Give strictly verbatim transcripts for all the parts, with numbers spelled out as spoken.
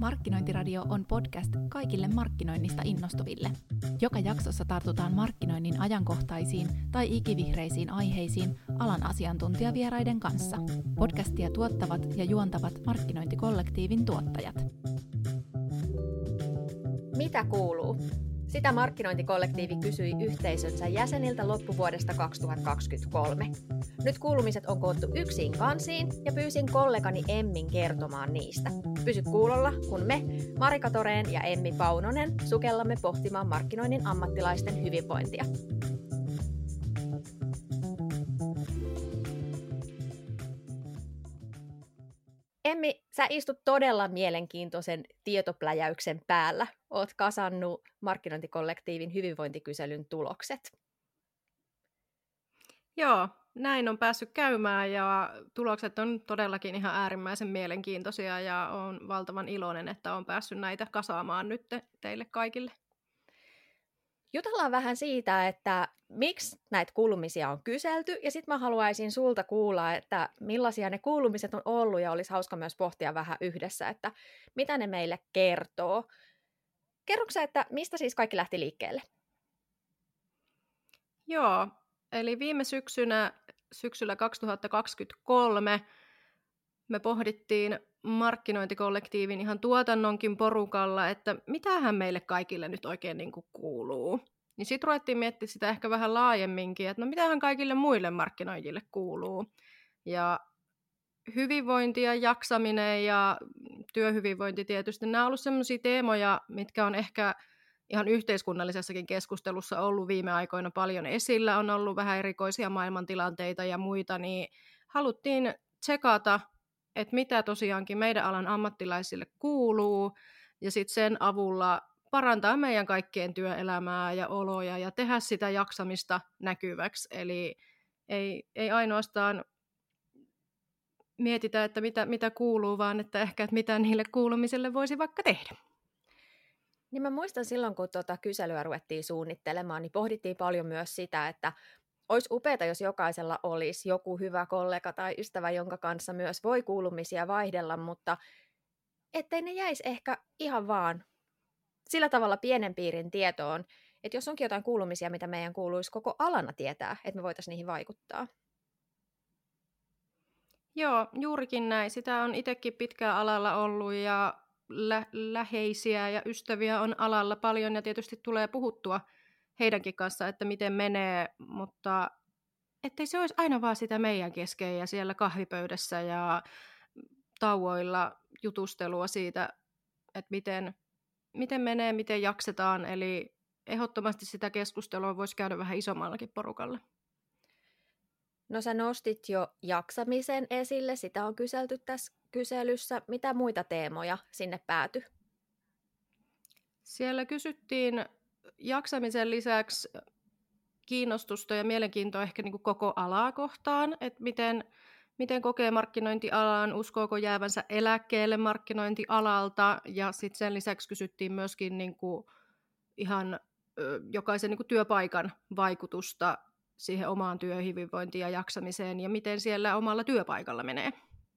Markkinointiradio on podcast kaikille markkinoinnista innostuville. Joka jaksossa tartutaan markkinoinnin ajankohtaisiin tai ikivihreisiin aiheisiin alan asiantuntijavieraiden kanssa. Podcastia tuottavat ja juontavat markkinointikollektiivin tuottajat. Mitä kuuluu? Sitä markkinointikollektiivi kysyi yhteisönsä jäseniltä loppuvuodesta kaksituhattakaksikymmentäkolme. Nyt kuulumiset on koottu yksiin kansiin ja pyysin kollegani Emmin kertomaan niistä. Pysy kuulolla, kun me, Marika Toreen ja Emmi Paunonen, sukellamme pohtimaan markkinoinnin ammattilaisten hyvinvointia. Emmi, sä istut todella mielenkiintoisen tietopläjäyksen päällä. Oot kasannut markkinointikollektiivin hyvinvointikyselyn tulokset. Joo, näin on päässyt käymään ja tulokset on todellakin ihan äärimmäisen mielenkiintoisia ja olen valtavan iloinen, että olen päässyt näitä kasaamaan nyt teille kaikille. Jutellaan vähän siitä, että miksi näitä kuulumisia on kyselty, ja sitten mä haluaisin sulta kuulla, että millaisia ne kuulumiset on ollut, ja olisi hauska myös pohtia vähän yhdessä, että mitä ne meille kertoo. Kerroksä, että mistä siis kaikki lähti liikkeelle? Joo, eli viime syksynä, syksyllä kaksituhattakaksikymmentäkolme me pohdittiin markkinointikollektiivin ihan tuotannonkin porukalla, että mitähän meille kaikille nyt oikein niin kuin kuuluu. Niin sitten ruvettiin miettimään sitä ehkä vähän laajemminkin, että no mitähän kaikille muille markkinoijille kuuluu. Ja hyvinvointi ja jaksaminen ja työhyvinvointi tietysti, nämä on ollut sellaisia teemoja, mitkä on ehkä ihan yhteiskunnallisessakin keskustelussa ollut viime aikoina paljon esillä. On ollut vähän erikoisia maailmantilanteita ja muita, niin haluttiin tsekata, että mitä tosiaankin meidän alan ammattilaisille kuuluu, ja sitten sen avulla parantaa meidän kaikkien työelämää ja oloja, ja tehdä sitä jaksamista näkyväksi. Eli ei, ei ainoastaan mietitä, että mitä, mitä kuuluu, vaan että ehkä, että mitä niille kuulumiselle voisi vaikka tehdä. Niin mä muistan silloin, kun tuota kyselyä ruvettiin suunnittelemaan, niin pohdittiin paljon myös sitä, että olisi upeaa, jos jokaisella olisi joku hyvä kollega tai ystävä, jonka kanssa myös voi kuulumisia vaihdella, mutta ettei ne jäisi ehkä ihan vaan sillä tavalla pienen piirin tietoon, että jos onkin jotain kuulumisia, mitä meidän kuuluisi koko alana tietää, että me voitaisiin niihin vaikuttaa. Joo, juurikin näin. Sitä on itsekin pitkään alalla ollut ja lä- läheisiä ja ystäviä on alalla paljon ja tietysti tulee puhuttua heidänkin kanssa, että miten menee, mutta ettei se olisi aina vaan sitä meidän kesken ja siellä kahvipöydässä ja tauoilla jutustelua siitä, että miten, miten menee, miten jaksetaan, eli ehdottomasti sitä keskustelua voisi käydä vähän isommallakin porukalla. No sä nostit jo jaksamisen esille, sitä on kyselty tässä kyselyssä. Mitä muita teemoja sinne päätyi? Siellä kysyttiin jaksamisen lisäksi kiinnostusta ja mielenkiintoa ehkä niin kuin koko alaa kohtaan, että miten, miten kokee markkinointialan, uskooko jäävänsä eläkkeelle markkinointialalta, ja sitten sen lisäksi kysyttiin myöskin niin kuin ihan ö, jokaisen niin kuin työpaikan vaikutusta siihen omaan työhyvinvointiin ja jaksamiseen, ja miten siellä omalla työpaikalla menee.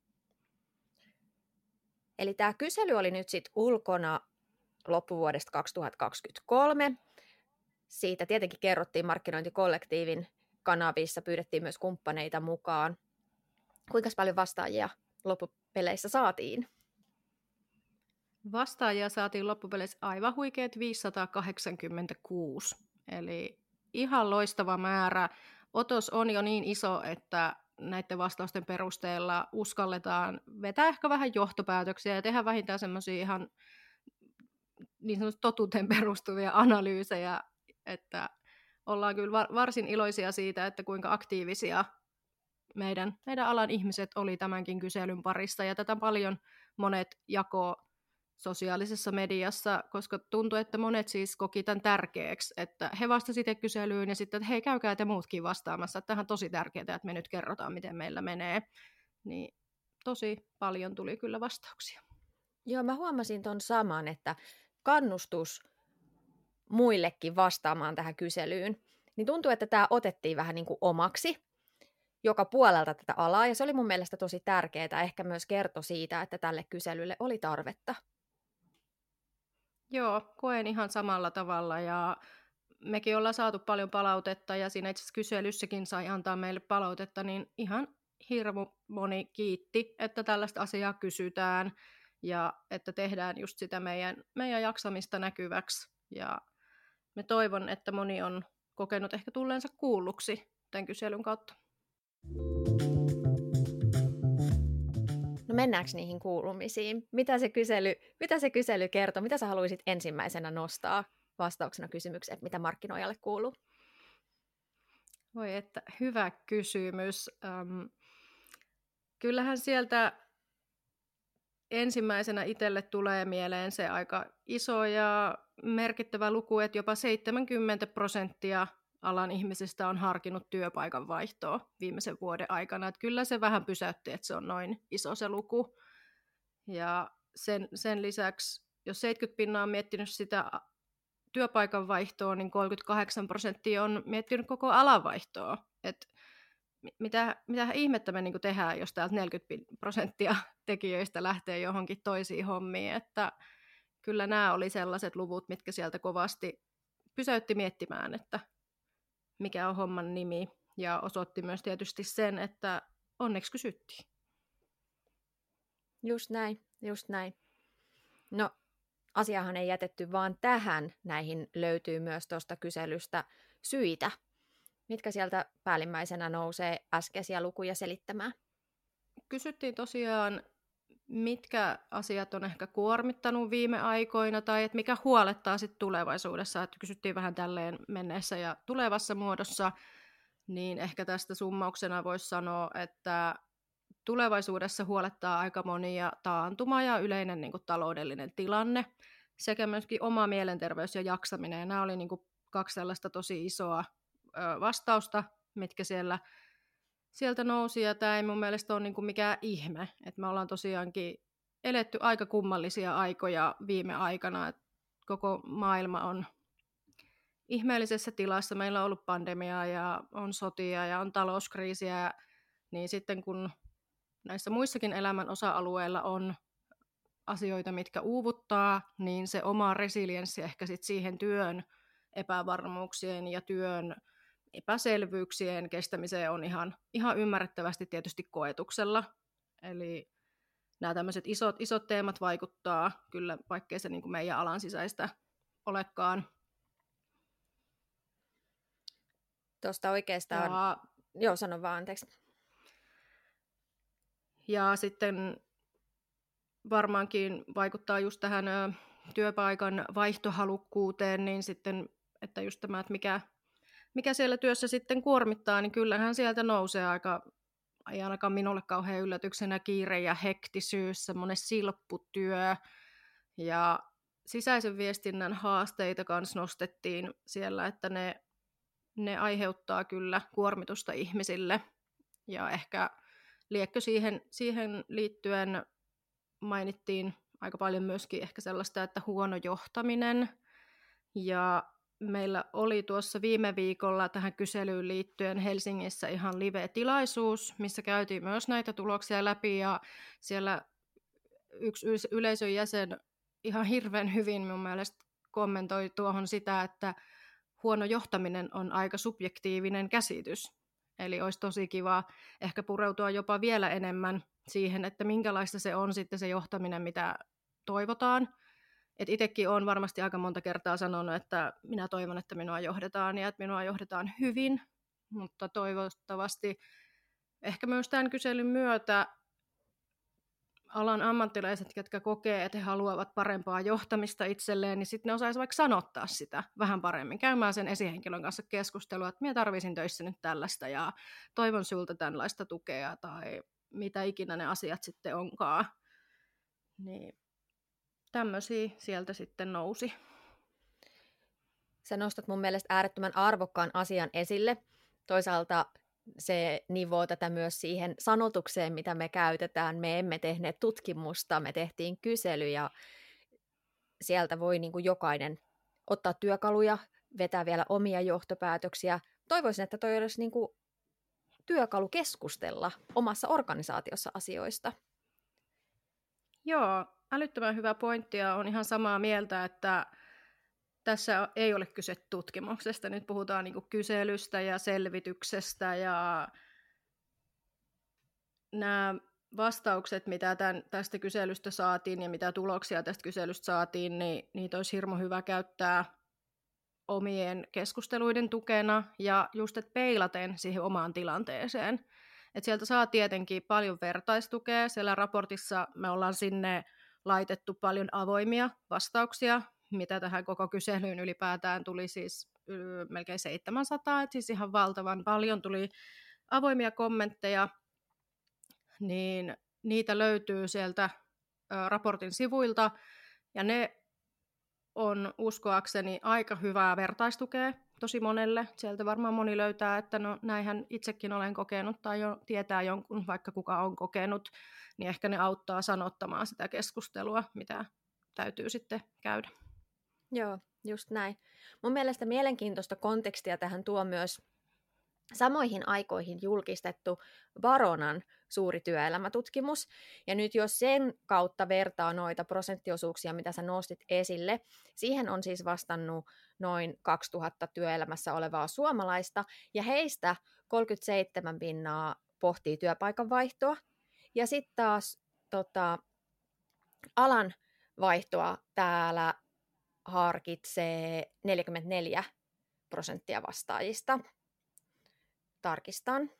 Eli tämä kysely oli nyt sitten ulkona loppuvuodesta kaksituhattakaksikymmentäkolme. Siitä tietenkin kerrottiin markkinointikollektiivin kanavissa, pyydettiin myös kumppaneita mukaan. Kuinka paljon vastaajia loppupeleissä saatiin? Vastaajia saatiin loppupeleissä aivan huikeat viisisataakahdeksankymmentäkuusi, eli ihan loistava määrä. Otos on jo niin iso, että näiden vastausten perusteella uskalletaan vetää ehkä vähän johtopäätöksiä ja tehdä vähintään semmoisia ihan niin sanotusti totuuteen perustuvia analyysejä, että ollaan kyllä varsin iloisia siitä, että kuinka aktiivisia meidän, meidän alan ihmiset oli tämänkin kyselyn parissa, ja tätä paljon monet jakoo sosiaalisessa mediassa, koska tuntuu, että monet siis koki tämän tärkeäksi, että he vastasivat itse kyselyyn ja sitten, että hei, käykää te muutkin vastaamassa, että tämähän on tosi tärkeää, että me nyt kerrotaan, miten meillä menee, niin tosi paljon tuli kyllä vastauksia. Joo, mä huomasin ton saman, että kannustus muillekin vastaamaan tähän kyselyyn, niin tuntuu, että tämä otettiin vähän niin kuin omaksi joka puolelta tätä alaa, ja se oli mun mielestä tosi tärkeää, ehkä myös kertoi siitä, että tälle kyselylle oli tarvetta. Joo, koen ihan samalla tavalla ja mekin ollaan saatu paljon palautetta ja siinä itse asiassa kyselyssäkin sai antaa meille palautetta, niin ihan hirmu moni kiitti, että tällaista asiaa kysytään ja että tehdään just sitä meidän, meidän jaksamista näkyväksi. Ja me toivon, että moni on kokenut ehkä tulleensa kuulluksi tämän kyselyn kautta. No mennäänkö niihin kuulumisiin? Mitä se kysely, mitä se kysely kertoo? Mitä sä haluaisit ensimmäisenä nostaa vastauksena kysymykseen, mitä markkinoijalle kuuluu? Voi että hyvä kysymys. Ähm, kyllähän sieltä ensimmäisenä itselle tulee mieleen se aika iso ja merkittävä luku, että jopa seitsemänkymmentä prosenttia alan ihmisistä on harkinnut työpaikan vaihtoa viimeisen vuoden aikana. Että kyllä se vähän pysäytti, että se on noin iso se luku. Ja sen, sen lisäksi, jos seitsemänkymmentä pinnaa on miettinyt sitä työpaikan vaihtoa, niin kolmekymmentäkahdeksan prosenttia on miettinyt koko alan vaihtoa. Et mitä, mitä ihmettä me niinku tehdään, jos täältä neljäkymmentä prosenttia tekijöistä lähtee johonkin toisiin hommiin. Että kyllä nämä oli sellaiset luvut, mitkä sieltä kovasti pysäytti miettimään, että mikä on homman nimi. Ja osoitti myös tietysti sen, että onneksi kysyttiin. Just näin, just näin. No, asiahan ei jätetty vaan tähän. Näihin löytyy myös tuosta kyselystä syitä. Mitkä sieltä päällimmäisenä nousee äskeisiä lukuja selittämään? Kysyttiin tosiaan, mitkä asiat on ehkä kuormittanut viime aikoina tai että mikä huolettaa sitten tulevaisuudessa. Että kysyttiin vähän tälleen menneessä ja tulevassa muodossa, niin ehkä tästä summauksena voisi sanoa, että tulevaisuudessa huolettaa aika monia taantuma ja yleinen niin kuin, taloudellinen tilanne sekä myöskin oma mielenterveys ja jaksaminen. Ja nämä oli niin kuin, kaksi sellaista tosi isoa ö, vastausta, mitkä siellä, sieltä nousi. Ja tämä ei mun mielestä ole niin kuin, mikään ihme. Et me ollaan tosiaankin eletty aika kummallisia aikoja viime aikana. Et koko maailma on ihmeellisessä tilassa. Meillä on ollut pandemiaa ja on sotia ja on talouskriisiä. Niin sitten kun näissä muissakin elämän osa-alueilla on asioita, mitkä uuvuttaa, niin se oma resilienssi ehkä sit siihen työn epävarmuuksien ja työn epäselvyyksien kestämiseen on ihan, ihan ymmärrettävästi tietysti koetuksella. Eli nämä tämmöiset isot, isot teemat vaikuttaa kyllä, vaikkei se niin kuin meidän alan sisäistä olekaan. Tuosta oikeastaan... Ja... Joo, sano vaan, anteeksi. Ja sitten varmaankin vaikuttaa just tähän ö, työpaikan vaihtohalukkuuteen, niin sitten, että just tämä, että mikä, mikä siellä työssä sitten kuormittaa, niin kyllähän sieltä nousee aika, ei ainakaan minulle kauhean yllätyksenä, kiire ja hektisyys, semmoinen silpputyö ja sisäisen viestinnän haasteita kanssa nostettiin siellä, että ne, ne aiheuttaa kyllä kuormitusta ihmisille ja ehkä liekkö siihen, siihen liittyen mainittiin aika paljon myöskin ehkä sellaista, että huono johtaminen. Ja meillä oli tuossa viime viikolla tähän kyselyyn liittyen Helsingissä ihan live-tilaisuus, missä käytiin myös näitä tuloksia läpi. Ja siellä yksi yleisön jäsen ihan hirveän hyvin mun mielestä kommentoi tuohon sitä, että huono johtaminen on aika subjektiivinen käsitys. Eli olisi tosi kiva ehkä pureutua jopa vielä enemmän siihen, että minkälaista se on sitten se johtaminen, mitä toivotaan. Et itsekin olen varmasti aika monta kertaa sanonut, että minä toivon, että minua johdetaan ja että minua johdetaan hyvin, mutta toivottavasti ehkä myös tämän kyselyn myötä alan ammattilaiset, jotka kokee, että he haluavat parempaa johtamista itselleen, niin sitten ne osaisivat vaikka sanottaa sitä vähän paremmin, käymään sen esihenkilön kanssa keskustelua, että minä tarvisin töissä nyt tällaista ja toivon sinulta tällaista tukea tai mitä ikinä ne asiat sitten onkaan. Niin tämmöisiä sieltä sitten nousi. Sä nostat mun mielestä äärettömän arvokkaan asian esille. Toisaalta se nivoo tätä myös siihen sanotukseen, mitä me käytetään. Me emme tehneet tutkimusta, me tehtiin kysely ja sieltä voi niin kuin jokainen ottaa työkaluja, vetää vielä omia johtopäätöksiä. Toivoisin, että toi olisi niin kuin työkalu keskustella omassa organisaatiossa asioista. Joo, älyttömän hyvä pointti ja on ihan samaa mieltä, että tässä ei ole kyse tutkimuksesta. Nyt puhutaan niin kuin kyselystä ja selvityksestä ja nämä vastaukset, mitä tämän, tästä kyselystä saatiin ja mitä tuloksia tästä kyselystä saatiin, niin niitä olisi hirmu hyvä käyttää omien keskusteluiden tukena ja just et peilaten siihen omaan tilanteeseen. Et sieltä saa tietenkin paljon vertaistukea. Siellä raportissa me ollaan sinne laitettu paljon avoimia vastauksia, mitä tähän koko kyselyyn ylipäätään tuli siis yl, melkein seitsemänsataa, että siis ihan valtavan paljon tuli avoimia kommentteja, niin niitä löytyy sieltä ä, raportin sivuilta, ja ne on uskoakseni aika hyvää vertaistukea tosi monelle. Sieltä varmaan moni löytää, että no näinhän itsekin olen kokenut tai jo tietää jonkun, vaikka kuka on kokenut, niin ehkä ne auttaa sanottamaan sitä keskustelua, mitä täytyy sitten käydä. Joo, just näin. Mun mielestä mielenkiintoista kontekstia tähän tuo myös samoihin aikoihin julkistettu Baronan suuri työelämätutkimus. Ja nyt jos sen kautta vertaa noita prosenttiosuuksia, mitä sä nostit esille, siihen on siis vastannut noin kaksituhatta työelämässä olevaa suomalaista, ja heistä kolmekymmentäseitsemän pinnaa pohtii työpaikan vaihtoa, ja sitten taas tota, alan vaihtoa täällä harkitsee neljäkymmentäneljä prosenttia vastaajista. Tarkistan,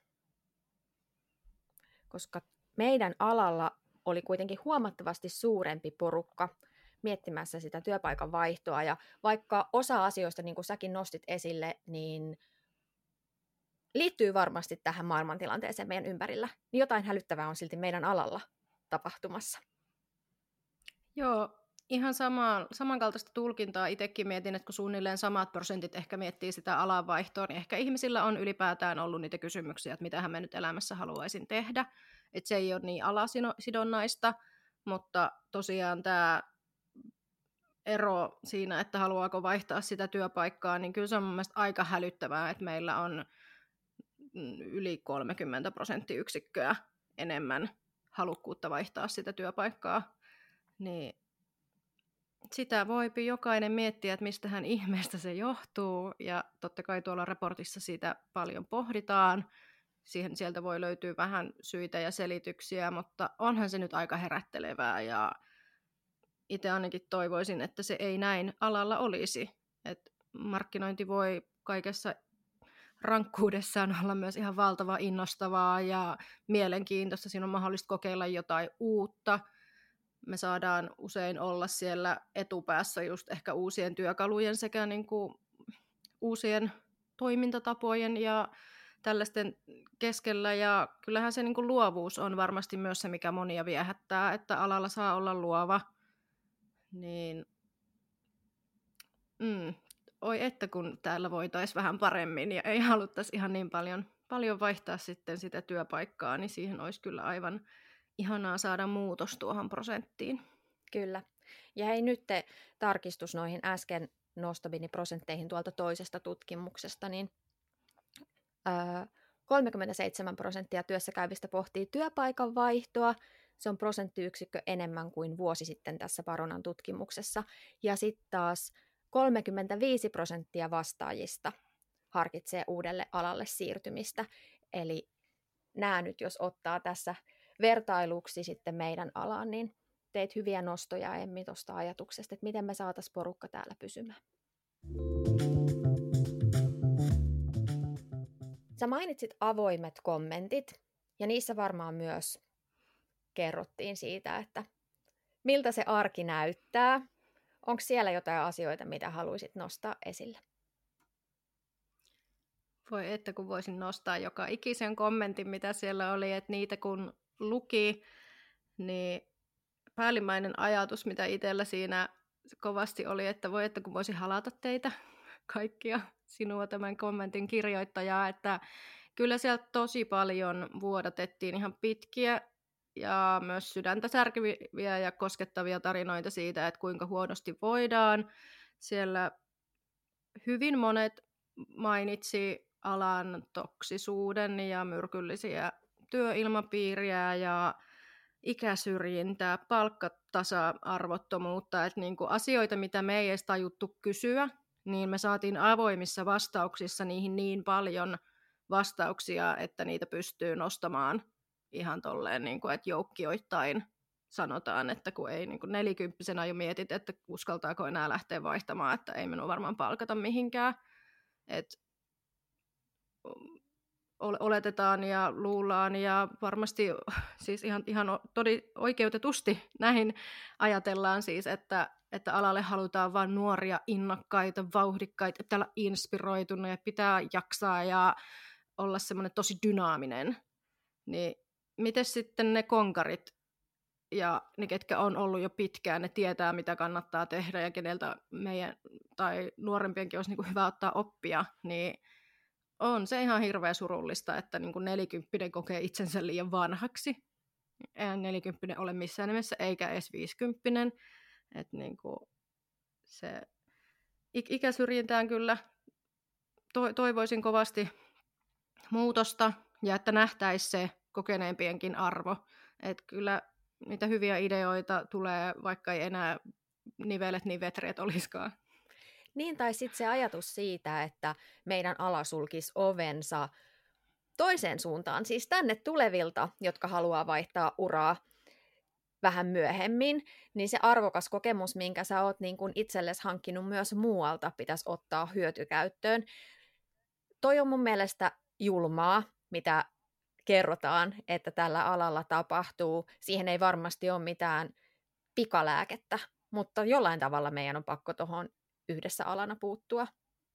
koska meidän alalla oli kuitenkin huomattavasti suurempi porukka miettimässä sitä työpaikan vaihtoa, ja vaikka osa asioista, niin kuin säkin nostit esille, niin liittyy varmasti tähän maailmantilanteeseen meidän ympärillä, niin jotain hälyttävää on silti meidän alalla tapahtumassa. Joo, ihan sama, samankaltaista tulkintaa itsekin mietin, että kun suunnilleen samat prosentit ehkä miettii sitä alanvaihtoa, niin ehkä ihmisillä on ylipäätään ollut niitä kysymyksiä, että mitähän mä nyt elämässä haluaisin tehdä. Että se ei ole niin alasidonnaista, mutta tosiaan tämä ero siinä, että haluaako vaihtaa sitä työpaikkaa, niin kyllä se on mun mielestä aika hälyttävää, että meillä on yli kolmekymmentä prosenttiyksikköä enemmän halukkuutta vaihtaa sitä työpaikkaa. Niin sitä voipi jokainen miettiä, että mistähän ihmeestä se johtuu, ja totta kai tuolla raportissa siitä paljon pohditaan. Siihen sieltä voi löytyä vähän syitä ja selityksiä, mutta onhan se nyt aika herättelevää, ja itse ainakin toivoisin, että se ei näin alalla olisi. Et markkinointi voi kaikessa rankkuudessaan olla myös ihan valtava innostavaa ja mielenkiintoista. Siinä on mahdollista kokeilla jotain uutta. Me saadaan usein olla siellä etupäässä just ehkä uusien työkalujen sekä niin kuin uusien toimintatapojen ja tällaisten keskellä. Ja kyllähän se niin kuin luovuus on varmasti myös se, mikä monia viehättää, että alalla saa olla luova. Niin, mm, oi että kun täällä voitaisiin vähän paremmin ja ei haluttaisi ihan niin paljon, paljon vaihtaa sitten sitä työpaikkaa, niin siihen olisi kyllä aivan ihanaa saada muutos tuohon prosenttiin. Kyllä. Ja hei, nyt te tarkistus noihin äsken nostamini prosentteihin tuolta toisesta tutkimuksesta, niin öö, kolmekymmentäseitsemän prosenttia työssäkäyvistä pohtii työpaikan vaihtoa. Se on prosenttiyksikkö enemmän kuin vuosi sitten tässä Baronan tutkimuksessa. Ja sitten taas kolmekymmentäviisi prosenttia vastaajista harkitsee uudelle alalle siirtymistä. Eli nämä nyt, jos ottaa tässä vertailuksi sitten meidän alaan, niin teit hyviä nostoja, Emmi, tuosta ajatuksesta, että miten me saataisiin porukka täällä pysymään. Sä mainitsit avoimet kommentit, ja niissä varmaan myös kerrottiin siitä, että miltä se arki näyttää. Onko siellä jotain asioita, mitä haluaisit nostaa esille? Voi että kun voisin nostaa joka ikisen kommentin, mitä siellä oli, että niitä kun luki, niin päällimmäinen ajatus, mitä itsellä siinä kovasti oli, että voi että kun voisin halata teitä kaikkia sinua tämän kommentin kirjoittajaa, että kyllä sieltä tosi paljon vuodatettiin ihan pitkiä ja myös sydäntä särkeviä ja koskettavia tarinoita siitä, että kuinka huonosti voidaan. Siellä hyvin monet mainitsi alan toksisuuden ja myrkyllisiä työilmapiiriä ja ikäsyrjintää, palkkatasa-arvottomuutta, että niin kuin asioita, mitä me ei edes tajuttu kysyä, niin me saatiin avoimissa vastauksissa niihin niin paljon vastauksia, että niitä pystyy nostamaan ihan tolleen, niin kuin, että joukkioittain sanotaan, että kun ei niin kuin nelikymppisenä jo mietit, että uskaltaako enää lähteä vaihtamaan, että ei minua varmaan palkata mihinkään. Et oletetaan ja luullaan ja varmasti siis ihan, ihan todi, oikeutetusti näin ajatellaan siis, että, että alalle halutaan vain nuoria, innokkaita, vauhdikkaita, pitää olla inspiroitunut ja pitää jaksaa ja olla semmoinen tosi dynaaminen. Niin miten sitten ne konkarit ja ne, ketkä on ollut jo pitkään, ne tietää, mitä kannattaa tehdä ja keneltä meidän tai nuorempienkin olisi niin kuin hyvä ottaa oppia, niin on se ihan hirveän surullista, että niin kuin nelikymppinen kokee itsensä liian vanhaksi. Eihän nelikymppinen ole missään nimessä, eikä edes viisikymppinen. Että niin kuin se ikäsyrjintään kyllä toivoisin kovasti muutosta ja että nähtäisi se kokeneempienkin arvo. Että kyllä niitä hyviä ideoita tulee, vaikka ei enää nivelet niin vetreet olisikaan. Niin, tai sitten se ajatus siitä, että meidän ala sulkisi ovensa toiseen suuntaan, siis tänne tulevilta, jotka haluaa vaihtaa uraa vähän myöhemmin, niin se arvokas kokemus, minkä sä oot niin kun itsellesi hankkinut myös muualta, pitäisi ottaa hyötykäyttöön. Toi on mun mielestä julmaa, mitä kerrotaan, että tällä alalla tapahtuu. Siihen ei varmasti ole mitään pikalääkettä, mutta jollain tavalla meidän on pakko tuohon yhdessä alana puuttua.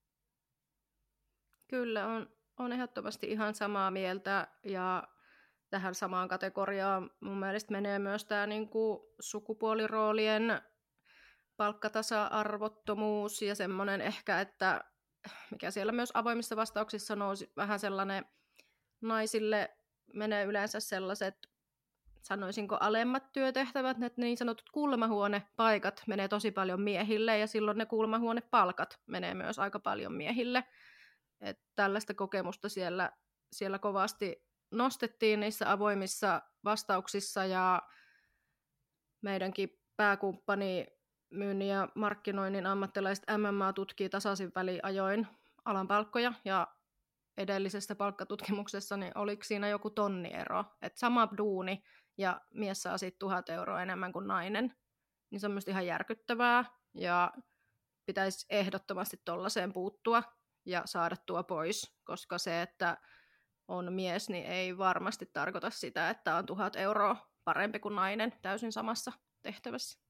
Kyllä, on, on ehdottomasti ihan samaa mieltä ja tähän samaan kategoriaan mun mielestä menee myös tämä niinku sukupuoliroolien palkkatasa-arvottomuus ja semmoinen ehkä, että mikä siellä myös avoimissa vastauksissa nousi vähän sellainen, naisille menee yleensä sellaiset, sanoisinko alemmat työtehtävät, ne niin sanotut kulmahuonepaikat menee tosi paljon miehille ja silloin ne kulmahuonepalkat menee myös aika paljon miehille. Et tällaista kokemusta siellä, siellä kovasti nostettiin niissä avoimissa vastauksissa ja meidänkin pääkumppani myynnin ja markkinoinnin ammattilaiset M M A tutkii tasaisin väliajoin alan palkkoja ja edellisessä palkkatutkimuksessa niin oliko siinä joku tonniero, että sama duuni ja mies saa siitä tuhat euroa enemmän kuin nainen, niin se on myös ihan järkyttävää ja pitäisi ehdottomasti tollaiseen puuttua ja saada tuo pois, koska se, että on mies, niin ei varmasti tarkoita sitä, että on tuhat euroa parempi kuin nainen täysin samassa tehtävässä.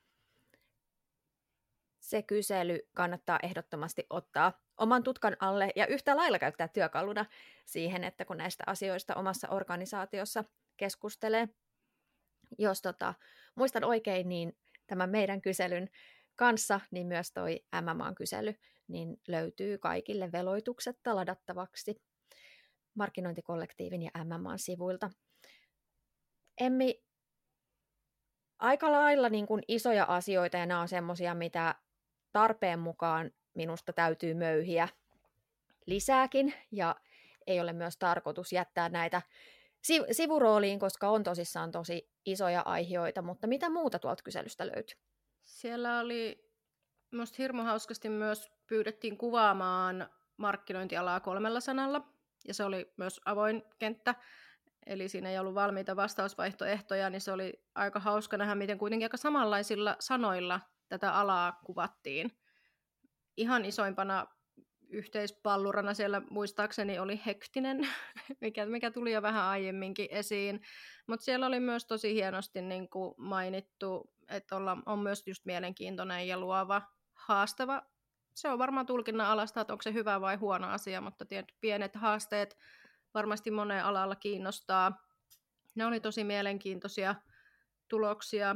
Se kysely kannattaa ehdottomasti ottaa oman tutkan alle ja yhtä lailla käyttää työkaluna siihen, että kun näistä asioista omassa organisaatiossa keskustelee. Jos tota, muistan oikein, niin tämän meidän kyselyn kanssa, niin myös toi M M A-kysely niin löytyy kaikille veloituksetta ladattavaksi markkinointikollektiivin ja M M A:n sivuilta. Emmi, aika lailla niin kuin isoja asioita ja nämä on semmoisia, mitä tarpeen mukaan minusta täytyy möyhiä lisääkin ja ei ole myös tarkoitus jättää näitä sivurooliin, koska on tosissaan tosi isoja aiheita, mutta mitä muuta tuolta kyselystä löytyy? Siellä oli minusta hirmu hauskasti myös pyydettiin kuvaamaan markkinointialaa kolmella sanalla ja se oli myös avoin kenttä. Eli siinä ei ollut valmiita vastausvaihtoehtoja, niin se oli aika hauska nähdä, miten kuitenkin aika samanlaisilla sanoilla tätä alaa kuvattiin. Ihan isoimpana yhteispallurana siellä muistaakseni oli hektinen, mikä, mikä tuli jo vähän aiemminkin esiin. Mutta siellä oli myös tosi hienosti niin kuin mainittu, että olla, on myös just mielenkiintoinen ja luova, haastava. Se on varmaan tulkinnan alasta, että onko se hyvä vai huono asia, mutta tietysti pienet haasteet varmasti moneen alalla kiinnostaa. Ne oli tosi mielenkiintoisia tuloksia.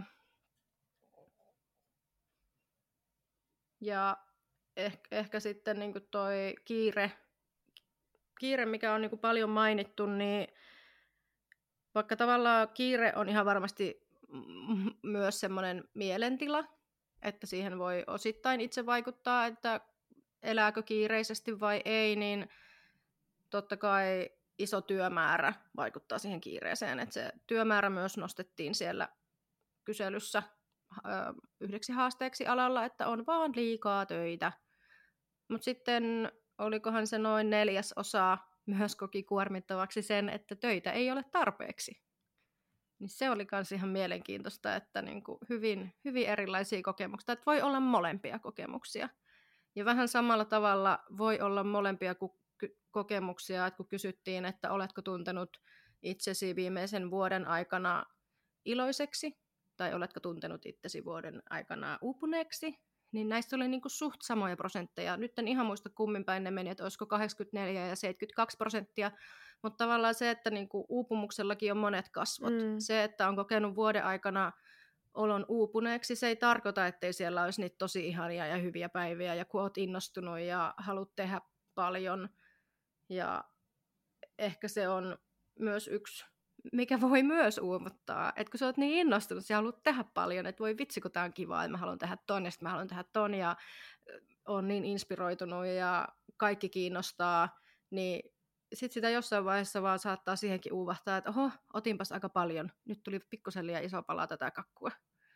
Ja ehkä, ehkä sitten niin kuin toi kiire, kiire, mikä on niin kuin paljon mainittu, niin vaikka tavallaan kiire on ihan varmasti myös semmoinen mielentila, että siihen voi osittain itse vaikuttaa, että elääkö kiireisesti vai ei, niin totta kai iso työmäärä vaikuttaa siihen kiireeseen. Että se työmäärä myös nostettiin siellä kyselyssä ö, yhdeksi haasteeksi alalla, että on vaan liikaa töitä. Mutta sitten olikohan se noin neljäs osa myös koki kuormittavaksi sen, että töitä ei ole tarpeeksi. Niin se oli myös ihan mielenkiintoista, että niinku hyvin, hyvin erilaisia kokemuksia. Että voi olla molempia kokemuksia. Ja vähän samalla tavalla voi olla molempia kokemuksia, että kun kysyttiin, että oletko tuntenut itsesi viimeisen vuoden aikana iloiseksi, tai oletko tuntenut itsesi vuoden aikana uupuneeksi, niin näistä oli niinku suht samoja prosentteja. Nyt en ihan muista kummin päin ne meni, että olisiko kahdeksankymmentäneljä ja seitsemänkymmentäkaksi prosenttia, mutta tavallaan se, että niinku uupumuksellakin on monet kasvot. Mm. Se, että on kokenut vuoden aikana olon uupuneeksi, se ei tarkoita, ettei siellä olisi niitä tosi ihania ja hyviä päiviä, ja kun olet innostunut ja haluat tehdä paljon, ja ehkä se on myös yksi, mikä voi myös uuvuttaa, että kun sä oot niin innostunut, sä haluat tehdä paljon, että voi vitsi, kun tää on kivaa, että mä haluan tehdä ton, ja sitten mä haluan tehdä ton, ja on niin inspiroitunut, ja kaikki kiinnostaa, niin sitten sitä jossain vaiheessa vaan saattaa siihenkin uuvahtaa, että oho, otinpas aika paljon, nyt tuli pikkusen liian iso pala tätä kakkua.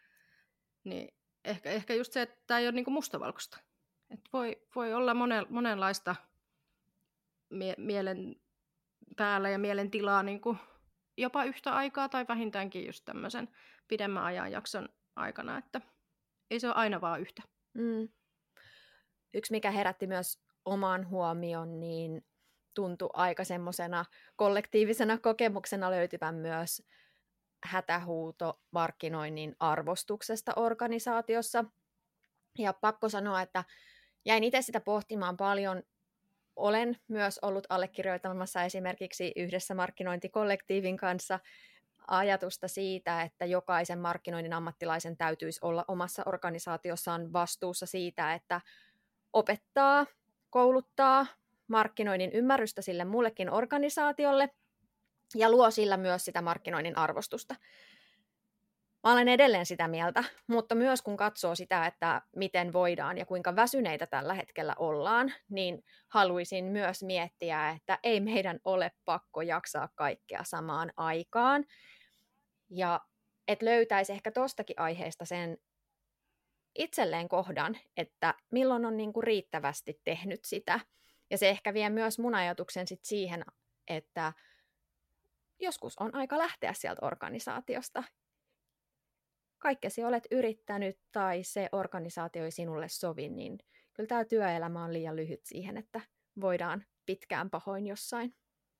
Niin ehkä, ehkä just se, että tämä ei ole niinku mustavalkoista. Et voi, voi olla monen, monenlaista mie- mielen päällä ja mielen tilaa niinku jopa yhtä aikaa tai vähintäänkin just tämmöisen pidemmän ajanjakson aikana, että ei se ole aina vaan yhtä. Mm. Yksi, mikä herätti myös oman huomion, niin tuntui aika semmoisena kollektiivisena kokemuksena löytyvän myös hätähuuto markkinoinnin arvostuksesta organisaatiossa. Ja pakko sanoa, että jäin itse sitä pohtimaan paljon. Olen myös ollut allekirjoittamassa esimerkiksi yhdessä markkinointikollektiivin kanssa ajatusta siitä, että jokaisen markkinoinnin ammattilaisen täytyisi olla omassa organisaatiossaan vastuussa siitä, että opettaa, kouluttaa markkinoinnin ymmärrystä sille muullekin organisaatiolle ja luo sillä myös sitä markkinoinnin arvostusta. Mä olen edelleen sitä mieltä, mutta myös kun katsoo sitä, että miten voidaan ja kuinka väsyneitä tällä hetkellä ollaan, niin haluaisin myös miettiä, että ei meidän ole pakko jaksaa kaikkea samaan aikaan. Ja että löytäisi ehkä tostakin aiheesta sen itselleen kohdan, että milloin on niinku riittävästi tehnyt sitä. Ja se ehkä vie myös mun ajatuksen sit siihen, että joskus on aika lähteä sieltä organisaatiosta. Kaikkesi olet yrittänyt tai se organisaatio ei sinulle sovi, niin kyllä tämä työelämä on liian lyhyt siihen, että voidaan pitkään pahoin jossain.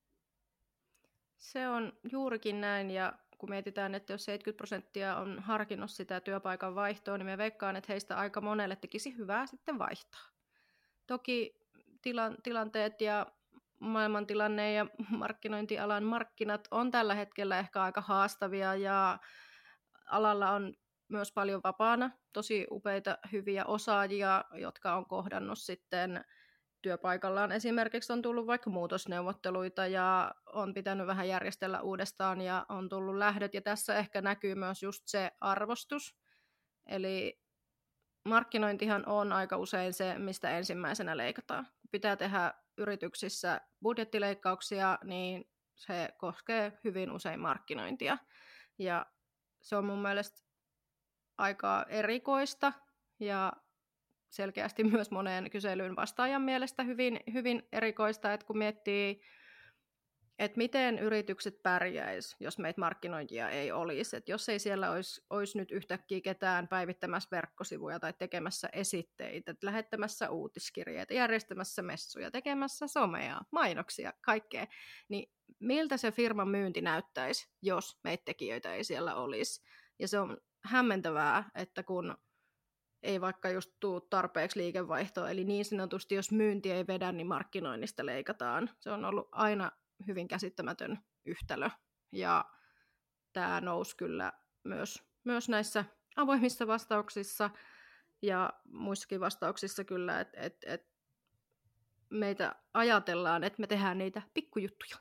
Se on juurikin näin, ja kun mietitään, että jos seitsemänkymmentä prosenttia on harkinnut sitä työpaikan vaihtoa, niin me veikkaan, että heistä aika monelle tekisi hyvää sitten vaihtaa. Toki tila- tilanteet ja maailmantilanne ja markkinointialan markkinat on tällä hetkellä ehkä aika haastavia, ja alalla on myös paljon vapaana tosi upeita hyviä osaajia, jotka on kohdannut sitten työpaikallaan. Esimerkiksi on tullut vaikka muutosneuvotteluita ja on pitänyt vähän järjestellä uudestaan ja on tullut lähdöt. Ja tässä ehkä näkyy myös just se arvostus. Eli markkinointihan on aika usein se, mistä ensimmäisenä leikataan. Kun pitää tehdä yrityksissä budjettileikkauksia, niin se koskee hyvin usein markkinointia. Ja se on mun mielestä aika erikoista ja selkeästi myös moneen kyselyyn vastaajan mielestä hyvin, hyvin erikoista, että kun miettii, että miten yritykset pärjäisi, jos meitä markkinointia ei olisi. Että jos ei siellä olisi, olisi nyt yhtäkkiä ketään päivittämässä verkkosivuja tai tekemässä esitteitä, lähettämässä uutiskirjeitä, järjestämässä messuja, tekemässä somea, mainoksia, kaikkea, niin miltä se firman myynti näyttäisi, jos meitä tekijöitä ei siellä olisi. Ja se on hämmentävää, että kun ei vaikka just tuu tarpeeksi liikevaihtoa, eli niin sanotusti, jos myynti ei vedä, niin markkinoinnista leikataan. Se on ollut aina hyvin käsittämätön yhtälö, ja tämä nousi kyllä myös, myös näissä avoimissa vastauksissa ja muissakin vastauksissa kyllä, että et, et meitä ajatellaan, että me tehdään niitä pikkujuttuja.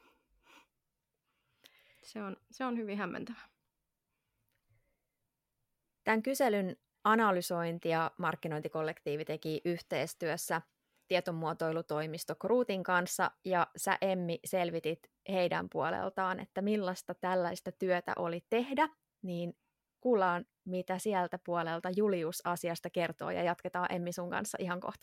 Se on, se on hyvin hämmentävää. Tämän kyselyn analysointi ja markkinointikollektiivi teki yhteistyössä tietomuotoilutoimisto Kruutin kanssa, ja sä, Emmi, selvitit heidän puoleltaan, että millaista tällaista työtä oli tehdä, niin kuullaan, mitä sieltä puolelta Julius asiasta kertoo, ja jatketaan Emmi sun kanssa ihan kohta.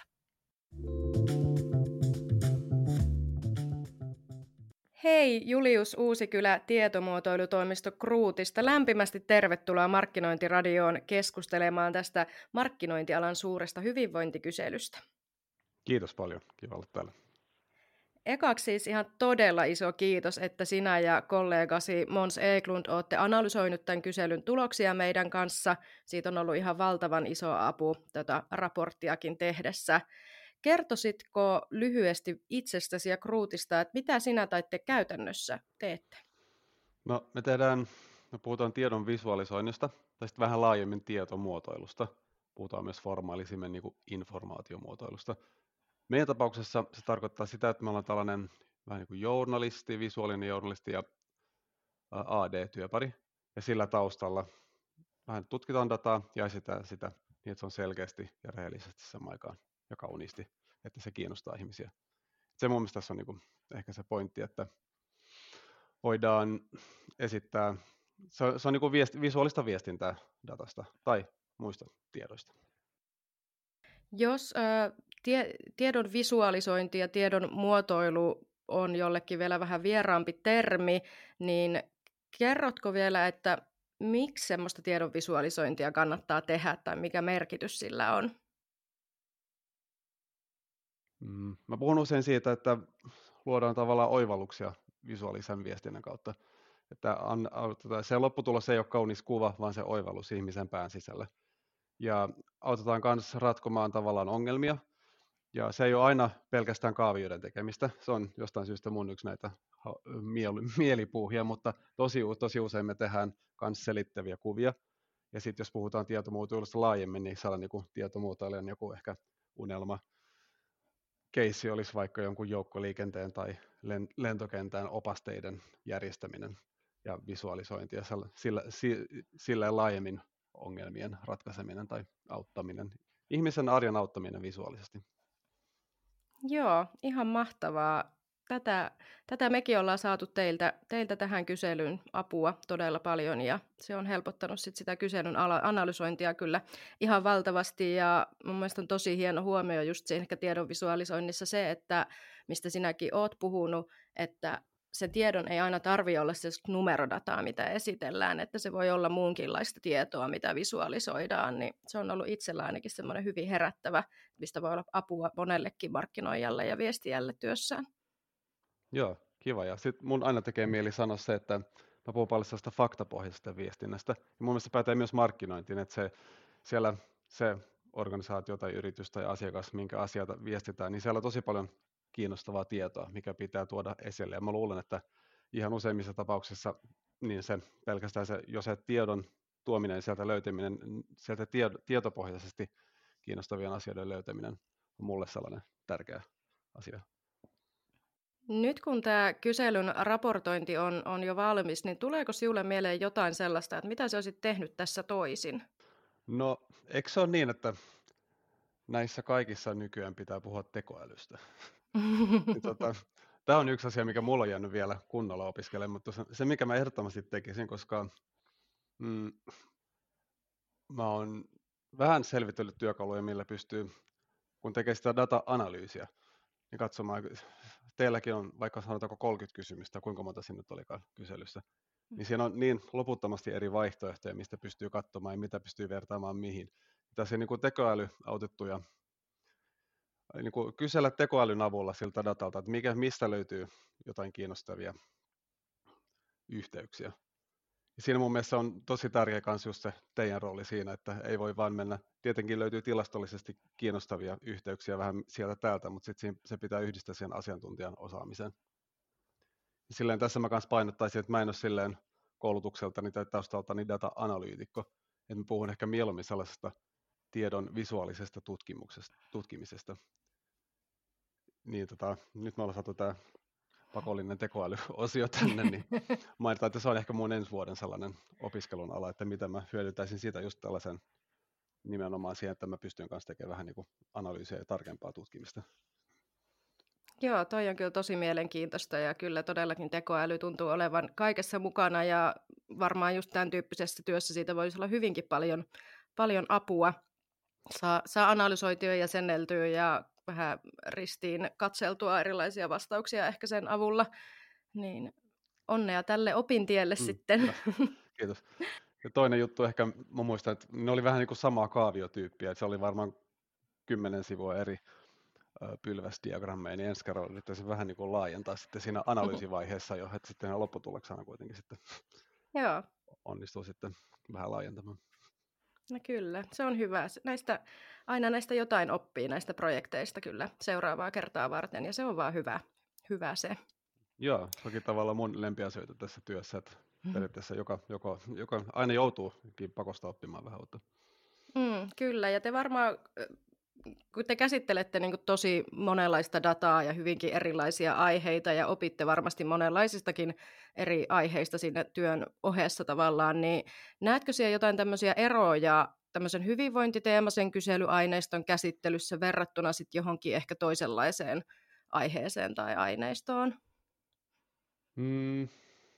Hei, Julius Uusikylä tietomuotoilutoimisto Kruutista. Lämpimästi tervetuloa Markkinointiradioon keskustelemaan tästä markkinointialan suuresta hyvinvointikyselystä. Kiitos paljon, kiva olla täällä. Ekaksi siis ihan todella iso kiitos, että sinä ja kollegasi Måns Eklund olette analysoinut tämän kyselyn tuloksia meidän kanssa. Siitä on ollut ihan valtavan iso apu tätä raporttiakin tehdessä. Kertoisitko lyhyesti itsestäsi ja Kruutista, että mitä sinä tai te käytännössä teette? No, me tehdään, me puhutaan tiedon visualisoinnista, tai sitten vähän laajemmin tietomuotoilusta. Puhutaan myös formaalisimmin niin kuin informaatiomuotoilusta. Meidän tapauksessa se tarkoittaa sitä, että me ollaan tällainen vähän niin kuin journalisti, visuaalinen journalisti ja A D-työpari. Ja sillä taustalla vähän tutkitaan dataa ja esitetään sitä niin, että se on selkeästi ja rehellisesti samaan aikaan ja kauniisti, että se kiinnostaa ihmisiä. Se mun mielestä tässä on niin kuin ehkä se pointti, että voidaan esittää, se on, se on niin kuin viesti, visuaalista viestintää datasta tai muista tiedoista. Jos äh, tie, tiedon visualisointi ja tiedon muotoilu on jollekin vielä vähän vieraampi termi, niin kerrotko vielä, että miksi semmoista tiedon visualisointia kannattaa tehdä tai mikä merkitys sillä on? Mm, mä puhun usein siitä, että luodaan tavallaan oivalluksia visuaalisen viestinnän kautta. Että an, se lopputulos ei ole kaunis kuva, vaan se oivallus ihmisen pään sisällä. Ja autetaan myös ratkomaan tavallaan ongelmia. Ja se ei ole aina pelkästään kaavioiden tekemistä. Se on jostain syystä mun yksi näitä mielipuuhia, mutta tosi, tosi usein me tehdään myös selittäviä kuvia. Ja sitten jos puhutaan tietomuotoilusta laajemmin, niin sellainen niin tietomuotoilijan joku ehkä unelma keissi olisi vaikka jonkun joukkoliikenteen tai lentokentän opasteiden järjestäminen ja visualisointi ja sillä, sillä laajemmin ongelmien ratkaiseminen tai auttaminen, ihmisen arjen auttaminen visuaalisesti. Joo, ihan mahtavaa. Tätä, tätä mekin ollaan saatu teiltä, teiltä tähän kyselyyn apua todella paljon ja se on helpottanut sit sitä kyselyn ala- analysointia kyllä ihan valtavasti ja mun mielestä on tosi hieno huomio just siinä ehkä tiedon visualisoinnissa se, että mistä sinäkin oot puhunut, että se tiedon ei aina tarvitse olla se numerodataa, mitä esitellään, että se voi olla muunkinlaista tietoa, mitä visualisoidaan, niin se on ollut itsellä ainakin semmoinen hyvin herättävä, mistä voi olla apua monellekin markkinoijalle ja viestijälle työssään. Joo, kiva. Ja sitten mun aina tekee mieli sanoa se, että mä puhun paljon sellaista faktapohjaisesta viestinnästä. Ja mun mielestä se pätee myös markkinointiin, että se, siellä se organisaatio tai yritys tai asiakas, minkä asioita viestitään, niin siellä on tosi paljon kiinnostavaa tietoa, mikä pitää tuoda esille. Ja mä luulen, että ihan useimmissa tapauksissa niin se pelkästään se, jos se tiedon tuominen sieltä löytäminen, sieltä tiedo, tietopohjaisesti kiinnostavien asioiden löytäminen on mulle sellainen tärkeä asia. Nyt kun tämä kyselyn raportointi on, on jo valmis, niin tuleeko sinulle mieleen jotain sellaista, että mitä sä olisit tehnyt tässä toisin? No, eikö se ole niin, että näissä kaikissa nykyään pitää puhua tekoälystä? niin, tota, tämä on yksi asia, mikä mulla on jäänyt vielä kunnolla opiskelemaan, mutta se, se mikä mä ehdottomasti tekisin, koska mm, mä oon vähän selvitellyt työkaluja, millä pystyy, kun tekee sitä data-analyysiä, niin katsomaan, teilläkin on vaikka sanotaanko kolmekymmentä kysymystä, kuinka monta sinne olikaan kyselyssä, niin siinä on niin loputtomasti eri vaihtoehtoja, mistä pystyy katsomaan ja mitä pystyy vertaamaan mihin. Tässä niin kuin tekoälyautettuja, niin kuin kysellä tekoälyn avulla siltä datalta, että mikä, mistä löytyy jotain kiinnostavia yhteyksiä. Ja siinä mun mielestä on tosi tärkeä myös just se teidän rooli siinä, että ei voi vaan mennä, tietenkin löytyy tilastollisesti kiinnostavia yhteyksiä vähän sieltä täältä, mutta sitten se pitää yhdistää siihen asiantuntijan osaamiseen. Ja silleen tässä mä kanssa painottaisin, että mä en ole silleen koulutukseltani tai taustaltani data-analyytikko, että mä puhun ehkä mieluummin sellaisesta tiedon visuaalisesta tutkimisesta. Niin tota, nyt me ollaan saatu tämä pakollinen tekoälyosio tänne, niin mainitaan, että se on ehkä mun ensi vuoden sellainen opiskelun ala, että miten mä hyödyntäisin sitä just tällaisen nimenomaan siihen, että mä pystyn kanssa tekemään vähän niin kuin analyysiä ja tarkempaa tutkimista. Joo, toi on kyllä tosi mielenkiintoista ja kyllä todellakin tekoäly tuntuu olevan kaikessa mukana ja varmaan just tämän tyyppisessä työssä siitä voisi olla hyvinkin paljon, paljon apua. Saa, saa analysoitua ja senneltyä ja vähän ristiin katseltua erilaisia vastauksia ehkä sen avulla. Niin onnea tälle opintielle Mm, sitten. hyvä. Kiitos. Ja toinen juttu ehkä, mä muistan, että ne oli vähän niin kuin samaa kaaviotyyppiä, että se oli varmaan kymmenen sivua eri ö, pylväsdiagrammeja, niin ensi kerralla yrittäisin vähän niin kuin laajentaa sitten siinä analyysivaiheessa jo, että sitten lopputuloksena kuitenkin sitten Joo, onnistuu sitten vähän laajentamaan. no kyllä, se on hyvä. Se- Näistä, aina näistä jotain oppii näistä projekteista kyllä seuraavaa kertaa varten ja se on vaan hyvä, hyvä se. Joo, se onkin tavallaan mun lempiasioita tässä työssä, että periaatteessa joka, joka, joka aina joutuu pakosta oppimaan vähän uutta. Mm, kyllä, ja te varmaan, ö, kun te käsittelette niin kuin tosi monenlaista dataa ja hyvinkin erilaisia aiheita ja opitte varmasti monenlaisistakin eri aiheista siinä työn ohessa tavallaan, niin näetkö siellä jotain tämmöisiä eroja tämmöisen hyvinvointiteemaisen kyselyaineiston käsittelyssä verrattuna sitten johonkin ehkä toisenlaiseen aiheeseen tai aineistoon? Mm,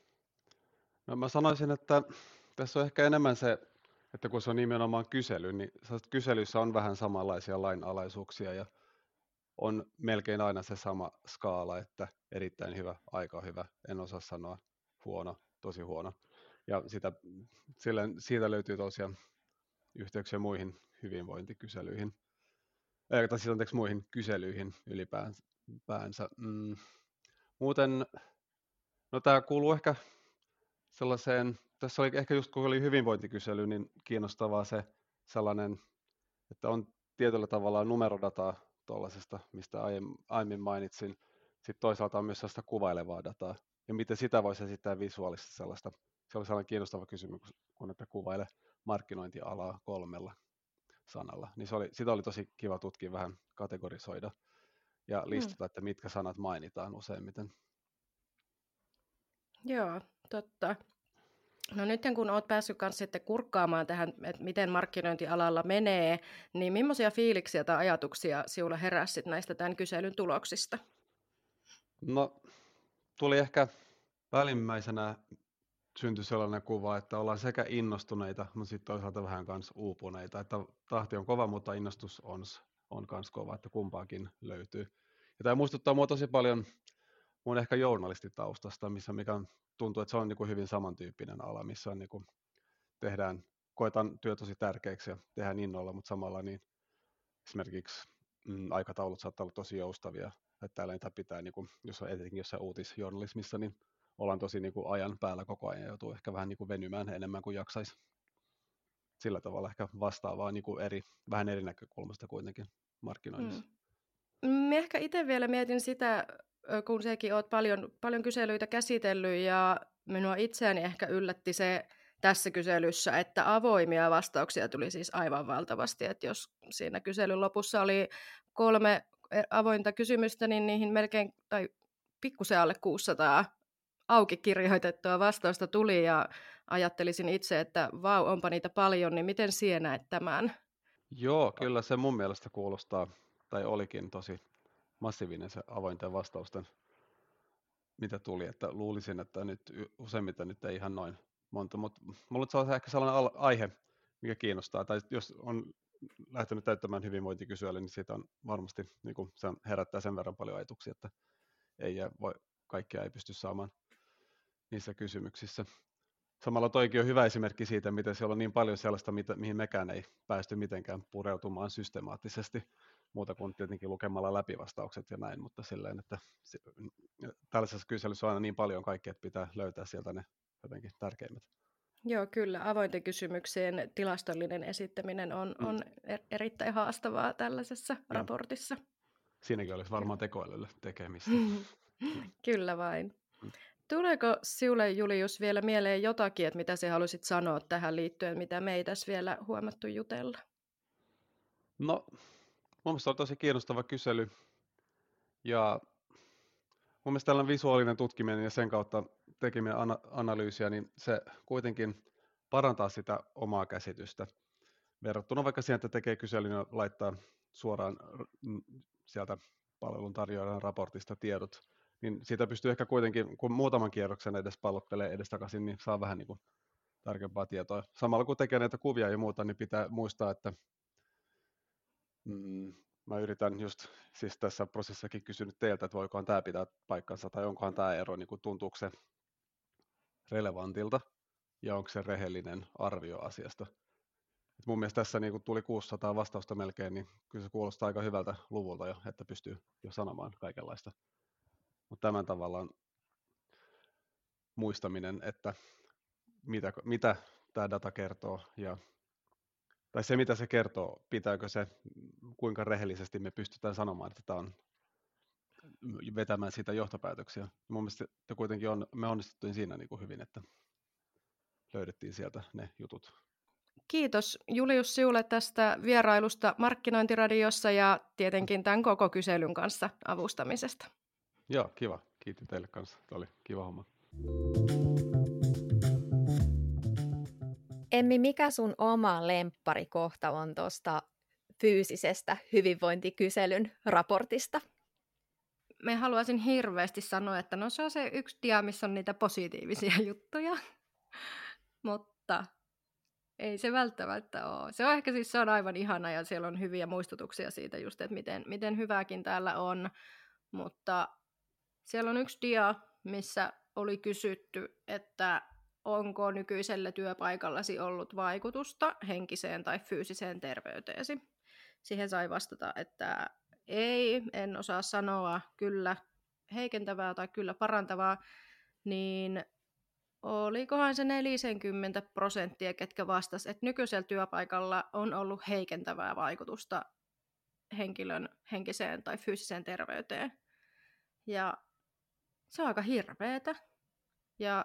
no mä sanoisin, että tässä on ehkä enemmän se, että kun se on nimenomaan kysely, niin sellaiset kyselyissä on vähän samanlaisia lainalaisuuksia ja on melkein aina se sama skaala, että erittäin hyvä, aika hyvä, en osaa sanoa, huono, tosi huono. Ja sitä, sillä, siitä löytyy tosiaan yhteyksiä muihin hyvinvointikyselyihin, eh, tai siis anteeksi muihin kyselyihin ylipäänsä. Mm, muuten, no tämä kuuluu ehkä sellaiseen, tässä oli ehkä just kun oli hyvinvointikysely, niin kiinnostavaa se sellainen, että on tietyllä tavalla numerodataa tuollaisesta, mistä aiemmin mainitsin. Sitten toisaalta on myös sellaista kuvailevaa dataa. Ja miten sitä voisi esittää visuaalisesti sellaista. Se oli sellainen kiinnostava kysymys, kun että kuvaile markkinointialaa kolmella sanalla. Niin se oli, sitä oli tosi kiva tutkia, vähän kategorisoida ja listata, että mitkä sanat mainitaan useimmiten. Joo, totta. No nyt kun olet päässyt kanssa sitten kurkkaamaan tähän, että miten markkinointialalla menee, niin millaisia fiiliksiä tai ajatuksia sinulla heräsi näistä tämän kyselyn tuloksista? No, tuli ehkä välimmäisenä syntyi sellainen kuva, että ollaan sekä innostuneita, mutta sitten toisaalta vähän myös uupuneita. Että tahti on kova, mutta innostus on, on myös kova, että kumpaakin löytyy. Ja tämä muistuttaa mua tosi paljon mun ehkä journalistitaustasta, missä mikä tuntuu, että se on niin kuin hyvin samantyyppinen ala, missä on niin kuin tehdään, koetaan työ tosi tärkeäksi ja tehdään innolla, mutta samalla niin esimerkiksi mm, aikataulut saattaa olla tosi joustavia. Että täällä niitä pitää, niin kuin, jos on etenkin jossain uutisjournalismissa, niin ollaan tosi niin kuin ajan päällä koko ajan ja joutuu ehkä vähän niin kuin venymään enemmän kuin jaksaisi. Sillä tavalla ehkä vastaavaa niin kuin eri, vähän eri näkökulmasta kuitenkin markkinoinnissa. Mm. Mä ehkä itse vielä mietin sitä, kun sekin oot paljon, paljon kyselyitä käsitellyt ja minua itseäni ehkä yllätti se tässä kyselyssä, että avoimia vastauksia tuli siis aivan valtavasti. Että jos siinä kyselyn lopussa oli kolme avointa kysymystä, niin niihin melkein tai pikkusen alle kuusisataa auki kirjoitettua vastausta tuli ja ajattelisin itse, että vau, onpa niitä paljon, niin miten sinä näet tämän? Joo, kyllä se mun mielestä kuulostaa, tai olikin tosi massiivinen se avointen vastausten, mitä tuli, että luulisin, että nyt useimmiten nyt ei ihan noin monta, mutta mulla on ehkä sellainen aihe, mikä kiinnostaa, tai jos on lähtenyt täyttämään hyvinvointikyselyä, niin siitä on varmasti, niin kuin se herättää sen verran paljon ajatuksia, että ei voi, kaikkea ei pysty saamaan niissä kysymyksissä. Samalla toikin on hyvä esimerkki siitä, miten siellä on niin paljon sellaista, mihin mekään ei päästy mitenkään pureutumaan systemaattisesti, muuta kuin tietenkin lukemalla läpi vastaukset ja näin, mutta silleen, että tällaisessa kyselyssä on aina niin paljon kaikkea, että pitää löytää sieltä ne jotenkin tärkeimmät. Joo, kyllä. Avointen kysymyksien tilastollinen esittäminen on, Mm. on erittäin haastavaa tällaisessa Joo. raportissa. Siinäkin olisi varmaan tekoälylle tekemistä. Kyllä vain. Mm. Tuleeko sinulle, Julius, vielä mieleen jotakin, että mitä sinä haluaisit sanoa tähän liittyen, mitä me ei tässä vielä huomattu jutella? No, mun mielestä on tosi kiinnostava kysely. Ja mun mielestä tällainen visuaalinen tutkiminen ja sen kautta tekeminen ana- analyysiä, niin se kuitenkin parantaa sitä omaa käsitystä. Verrattuna vaikka siihen, että tekee kyselyn ja laittaa suoraan sieltä palveluntarjoajan raportista tiedot, niin siitä pystyy ehkä kuitenkin, kun muutaman kierroksen edes pallottelee edestakaisin, niin saa vähän niin kuin tarkempaa tietoa. Samalla kun tekee näitä kuvia ja muuta, niin pitää muistaa, että mm, mä yritän just siis tässä prosessissakin kysynyt teiltä, että voikohan tämä pitää paikkansa tai onkohan tämä ero, niin kuin tuntuuko se relevantilta ja onko se rehellinen arvio asiasta. Et mun mielestä tässä niin kun tuli kuusisataa vastausta melkein, niin kyllä se kuulostaa aika hyvältä luvulta jo, että pystyy jo sanomaan kaikenlaista. Mutta tämän tavallaan muistaminen, että mitä, mitä tämä data kertoo ja tai se, mitä se kertoo, pitääkö se, kuinka rehellisesti me pystytään sanomaan, että tämä on vetämään siitä johtopäätöksiä. Mun mielestä se kuitenkin on, me onnistuttiin siinä niin kuin hyvin, että löydettiin sieltä ne jutut. Kiitos Julius sinulle tästä vierailusta Markkinointiradiossa ja tietenkin tämän koko kyselyn kanssa avustamisesta. Joo, kiva. Kiitin teille kanssa. Tämä oli kiva homma. Emmi, mikä sun oma lempparikohta on tuosta fyysisestä hyvinvointikyselyn raportista? Me haluaisin hirveästi sanoa, että no se on se yksi dia, missä on niitä positiivisia juttuja, mutta ei se välttämättä ole. Se on ehkä siis se on aivan ihana ja siellä on hyviä muistutuksia siitä just, että miten, miten hyvääkin täällä on, mutta siellä on yksi dia, missä oli kysytty, että onko nykyisellä työpaikallasi ollut vaikutusta henkiseen tai fyysiseen terveyteesi. Siihen sai vastata, että ei, en osaa sanoa, kyllä heikentävää tai kyllä parantavaa, niin olikohan se neljäkymmentä prosenttia, ketkä vastasivat, että nykyisellä työpaikalla on ollut heikentävää vaikutusta henkilön henkiseen tai fyysiseen terveyteen. Ja se on aika hirveetä. Ja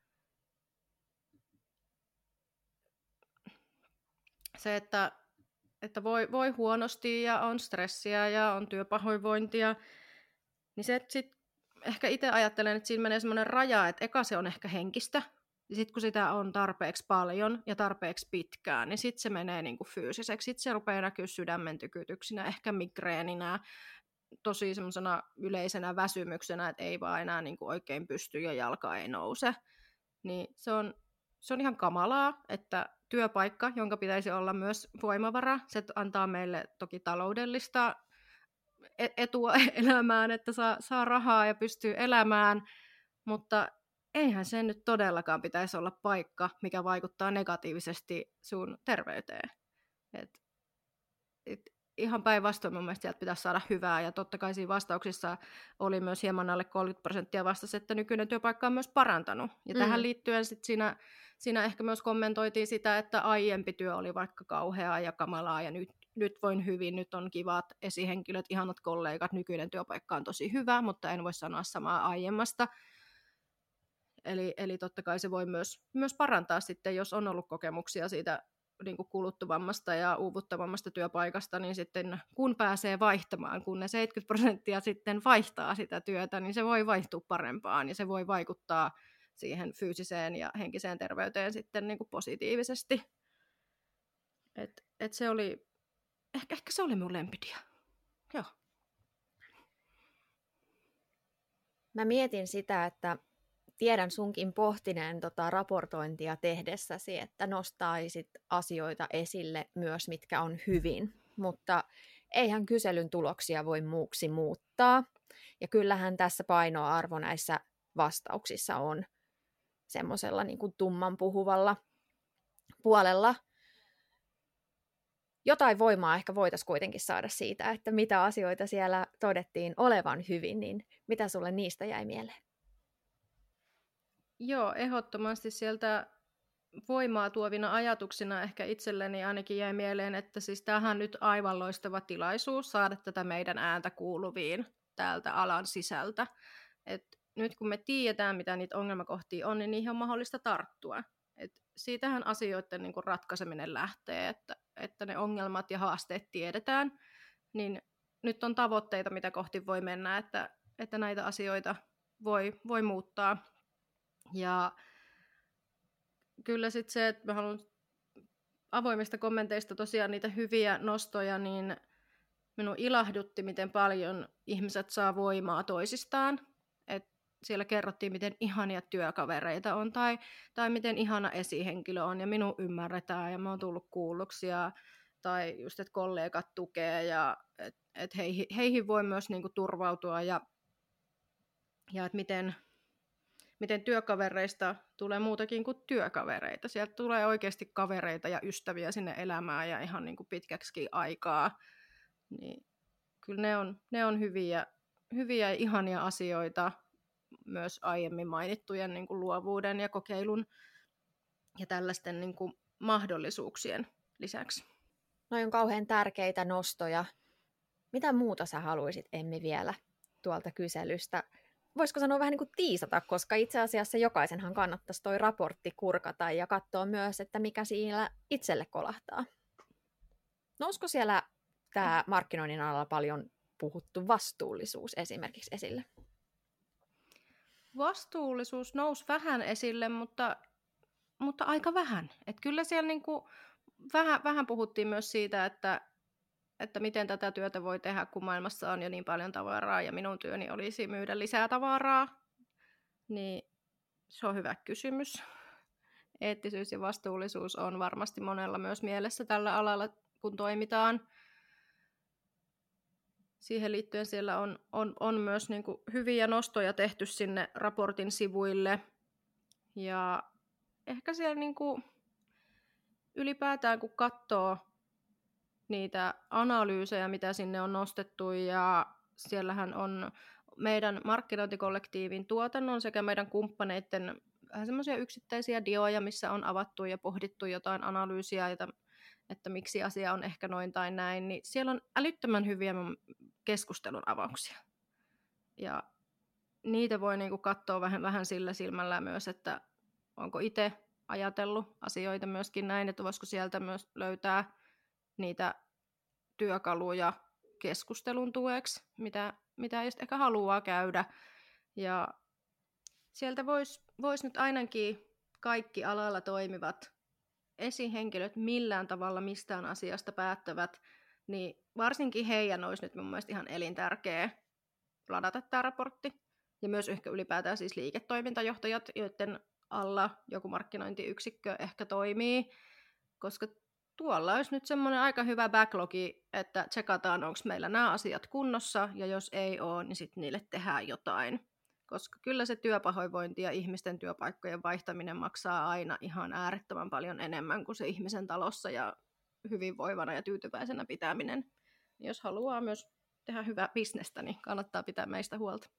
se, että, että voi, voi huonosti ja on stressiä ja on työpahoinvointia, niin se sit ehkä itse ajattelen, että siinä menee semmoinen raja, että eka se on ehkä henkistä, ja sitten kun sitä on tarpeeksi paljon ja tarpeeksi pitkään, niin sitten se menee niinku fyysiseksi. Sitten se rupeaa näkyä sydämen tykytyksinä, ehkä migreeninä, tosi semmoisena yleisenä väsymyksenä, että ei vaan enää niinku oikein pysty ja jalka ei nouse. Niin se on, se on ihan kamalaa, että työpaikka, jonka pitäisi olla myös voimavara, se antaa meille toki taloudellista etua elämään, että saa, saa rahaa ja pystyy elämään, mutta eihän sen nyt todellakaan pitäisi olla paikka, mikä vaikuttaa negatiivisesti sun terveyteen. Et, et ihan päinvastoin mun mielestä sieltä pitäisi saada hyvää, ja totta kai siinä vastauksissa oli myös hieman alle kolmekymmentä prosenttia vastasi, että nykyinen työpaikka on myös parantanut. Ja mm. tähän liittyen sit siinä, siinä ehkä myös kommentoitiin sitä, että aiempi työ oli vaikka kauheaa ja kamalaa, ja nyt, nyt voin hyvin, nyt on kivat esihenkilöt, ihanat kollegat, nykyinen työpaikka on tosi hyvä, mutta en voi sanoa samaa aiemmasta. Eli, eli totta kai se voi myös, myös parantaa sitten, jos on ollut kokemuksia siitä niin kuin kuluttuvammasta ja uuvuttavammasta työpaikasta, niin sitten kun pääsee vaihtamaan, kun ne seitsemänkymmentä prosenttia sitten vaihtaa sitä työtä, niin se voi vaihtua parempaan ja se voi vaikuttaa siihen fyysiseen ja henkiseen terveyteen sitten niin kuin positiivisesti. Et, et se oli, ehkä, ehkä se oli mun lempidia. Joo. Mä mietin sitä, että tiedän sunkin pohtineen tota raportointia tehdessäsi, että nostaisit asioita esille myös, mitkä on hyvin, mutta eihän kyselyn tuloksia voi muuksi muuttaa. Ja kyllähän tässä painoarvo näissä vastauksissa on semmoisella niin kuin tumman puhuvalla puolella. Jotain voimaa ehkä voitaisiin kuitenkin saada siitä, että mitä asioita siellä todettiin olevan hyvin, niin mitä sulle niistä jäi mieleen? Joo, ehdottomasti sieltä voimaa tuovina ajatuksina ehkä itselleni ainakin jäi mieleen, että siis tämähän on nyt aivan loistava tilaisuus saada tätä meidän ääntä kuuluviin täältä alan sisältä. Et nyt kun me tiedetään, mitä niitä ongelmakohtia on, niin niihin on mahdollista tarttua. Et siitähän asioiden niin kuin ratkaiseminen lähtee, että, että ne ongelmat ja haasteet tiedetään, niin nyt on tavoitteita, mitä kohti voi mennä, että, että näitä asioita voi, voi muuttaa. Ja kyllä sitten se, että mä haluan avoimista kommenteista tosiaan niitä hyviä nostoja, niin minun ilahdutti, miten paljon ihmiset saa voimaa toisistaan. Et siellä kerrottiin, miten ihania työkavereita on tai, tai miten ihana esihenkilö on ja minun ymmärretään ja mä oon tullut kuulluksi ja, tai just, että kollegat tukee ja että et heihin, heihin voi myös niinku turvautua ja, ja että miten, miten työkavereista tulee muutakin kuin työkavereita. Sieltä tulee oikeasti kavereita ja ystäviä sinne elämään ja ihan niinku pitkäksikin aikaa. Niin kyllä ne on, ne on hyviä, hyviä ja ihania asioita myös aiemmin mainittujen niin kuin luovuuden ja kokeilun ja tällaisten niin kuin mahdollisuuksien lisäksi. Noi on kauhean tärkeitä nostoja. Mitä muuta sä haluaisit, Emmi, vielä tuolta kyselystä? Voisiko sanoa vähän niin kuin tiisata, koska itse asiassa jokaisenhan kannattaisi toi raportti kurkata ja katsoa myös, että mikä siinä itselle kolahtaa. Nousko siellä tämä markkinoinnin alalla paljon puhuttu vastuullisuus esimerkiksi esille? Vastuullisuus nousi vähän esille, mutta, mutta aika vähän. Et kyllä siellä niinku vähän, vähän puhuttiin myös siitä, että, että miten tätä työtä voi tehdä, kun maailmassa on jo niin paljon tavaraa ja minun työni olisi myydä lisää tavaraa. Niin se on hyvä kysymys. Eettisyys ja vastuullisuus on varmasti monella myös mielessä tällä alalla, kun toimitaan. Siihen liittyen siellä on, on, on myös niin kuin hyviä nostoja tehty sinne raportin sivuille. Ja ehkä siellä niin kuin ylipäätään, kun katsoo niitä analyysejä, mitä sinne on nostettu, ja siellähän on meidän markkinointikollektiivin tuotannon sekä meidän kumppaneiden vähän semmoisia yksittäisiä dioja, missä on avattu ja pohdittu jotain analyysiä, että, että miksi asia on ehkä noin tai näin, niin siellä on älyttömän hyviä keskustelun avauksia. Ja niitä voi niinku katsoa vähän, vähän sillä silmällä myös, että onko itse ajatellut asioita myöskin näin, että voisiko sieltä myös löytää niitä työkaluja keskustelun tueksi, mitä, mitä just ehkä haluaa käydä. Ja sieltä voisi vois nyt ainakin kaikki alalla toimivat esihenkilöt millään tavalla mistään asiasta päättävät, niin varsinkin heidän olisi nyt mun mielestä ihan elintärkeä ladata tämä raportti. Ja myös ehkä ylipäätään siis liiketoimintajohtajat, joiden alla joku markkinointiyksikkö ehkä toimii, koska tuolla olisi nyt semmoinen aika hyvä backlogi, että tsekataan, onko meillä nämä asiat kunnossa, ja jos ei ole, niin sitten niille tehdään jotain. Koska kyllä se työpahoinvointi ja ihmisten työpaikkojen vaihtaminen maksaa aina ihan äärettömän paljon enemmän kuin se ihmisen talossa ja hyvinvoivana ja tyytyväisenä pitäminen. Jos haluaa myös tehdä hyvää bisnestä, niin kannattaa pitää meistä huolta.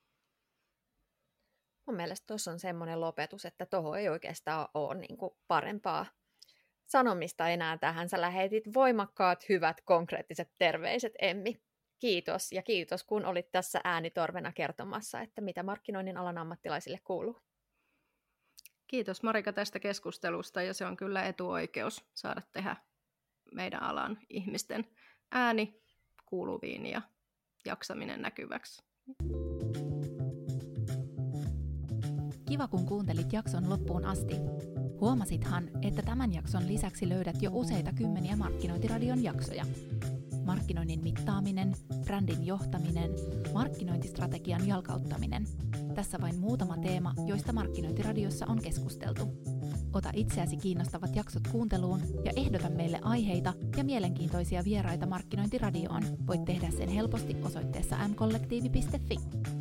Mun mielestä tuossa on semmoinen lopetus, että tuohon ei oikeastaan ole niin kuin parempaa sanomista enää tähän. Sä lähetit voimakkaat, hyvät, konkreettiset terveiset, Emmi. Kiitos ja kiitos, kun olit tässä äänitorvena kertomassa, että mitä markkinoinnin alan ammattilaisille kuuluu. Kiitos Marika tästä keskustelusta, ja se on kyllä etuoikeus saada tehdä meidän alan ihmisten ääni kuuluviin ja jaksaminen näkyväksi. Kiva, kun kuuntelit jakson loppuun asti. Huomasithan, että tämän jakson lisäksi löydät jo useita kymmeniä Markkinointiradion jaksoja. Markkinoinnin mittaaminen, brändin johtaminen, markkinointistrategian jalkauttaminen. Tässä vain muutama teema, joista Markkinointiradiossa on keskusteltu. Ota itseäsi kiinnostavat jaksot kuunteluun ja ehdota meille aiheita ja mielenkiintoisia vieraita Markkinointiradioon. Voit tehdä sen helposti osoitteessa m kollektiivi piste fi.